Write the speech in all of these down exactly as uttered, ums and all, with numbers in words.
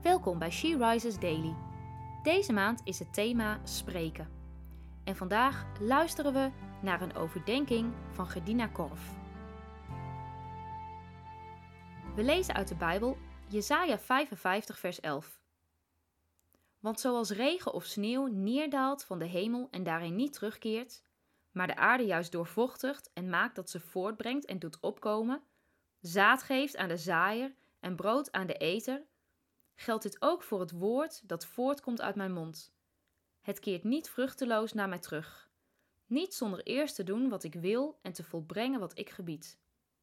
Welkom bij She Rises Daily. Deze maand is het thema spreken. En vandaag luisteren we naar een overdenking van Gedina Korf. We lezen uit de Bijbel Jesaja vijfenvijftig vers elf. Want zoals regen of sneeuw neerdaalt van de hemel en daarin niet terugkeert, maar de aarde juist doorvochtigt en maakt dat ze voortbrengt en doet opkomen, zaad geeft aan de zaaier en brood aan de eter, geldt dit ook voor het woord dat voortkomt uit mijn mond. Het keert niet vruchteloos naar mij terug, niet zonder eerst te doen wat ik wil en te volbrengen wat ik gebied.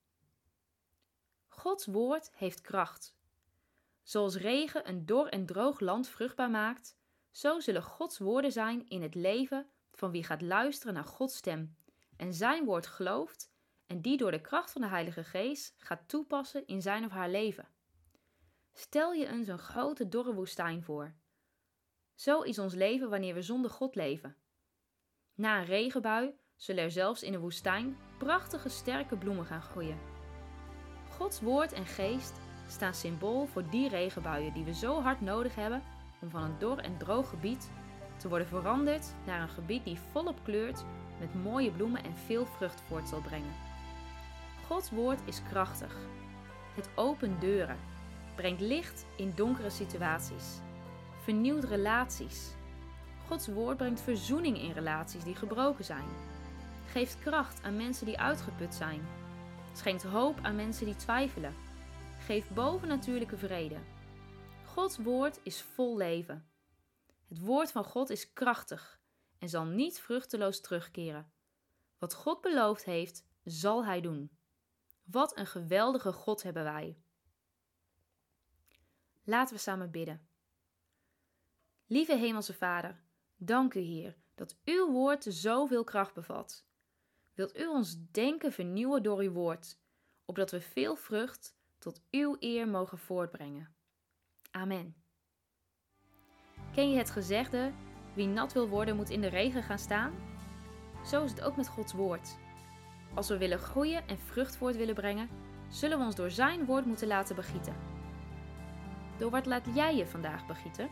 Gods woord heeft kracht. Zoals regen een dor en droog land vruchtbaar maakt, zo zullen Gods woorden zijn in het leven van wie gaat luisteren naar Gods stem en zijn woord gelooft en die door de kracht van de Heilige Geest gaat toepassen in zijn of haar leven. Stel je eens een grote dorre woestijn voor. Zo is ons leven wanneer we zonder God leven. Na een regenbui zullen er zelfs in de woestijn prachtige sterke bloemen gaan groeien. Gods woord en geest staan symbool voor die regenbuien die we zo hard nodig hebben om van een dor en droog gebied te worden veranderd naar een gebied die volop kleurt met mooie bloemen en veel vrucht voort zal brengen. Gods woord is krachtig. Het opent deuren, brengt licht in donkere situaties, vernieuwt relaties. Gods woord brengt verzoening in relaties die gebroken zijn, geeft kracht aan mensen die uitgeput zijn, schenkt hoop aan mensen die twijfelen, geeft bovennatuurlijke vrede. Gods woord is vol leven. Het woord van God is krachtig en zal niet vruchteloos terugkeren. Wat God beloofd heeft, zal Hij doen. Wat een geweldige God hebben wij. Laten we samen bidden. Lieve Hemelse Vader, dank u Heer dat uw woord zoveel kracht bevat. Wilt u ons denken vernieuwen door uw woord, opdat we veel vrucht tot uw eer mogen voortbrengen. Amen. Ken je het gezegde, wie nat wil worden moet in de regen gaan staan? Zo is het ook met Gods woord. Als we willen groeien en vrucht voort willen brengen, zullen we ons door zijn woord moeten laten begieten. Door wat laat jij je vandaag begieten?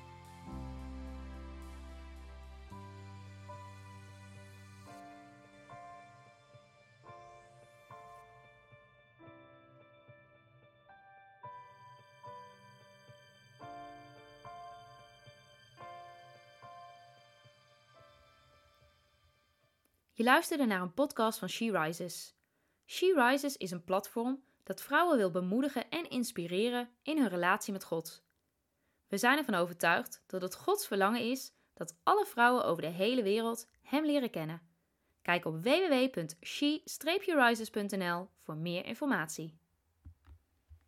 Je luisterde naar een podcast van She Rises. She Rises is een platform dat vrouwen wil bemoedigen en inspireren in hun relatie met God. We zijn ervan overtuigd dat het Gods verlangen is dat alle vrouwen over de hele wereld Hem leren kennen. Kijk op w w w punt she rises punt n l voor meer informatie.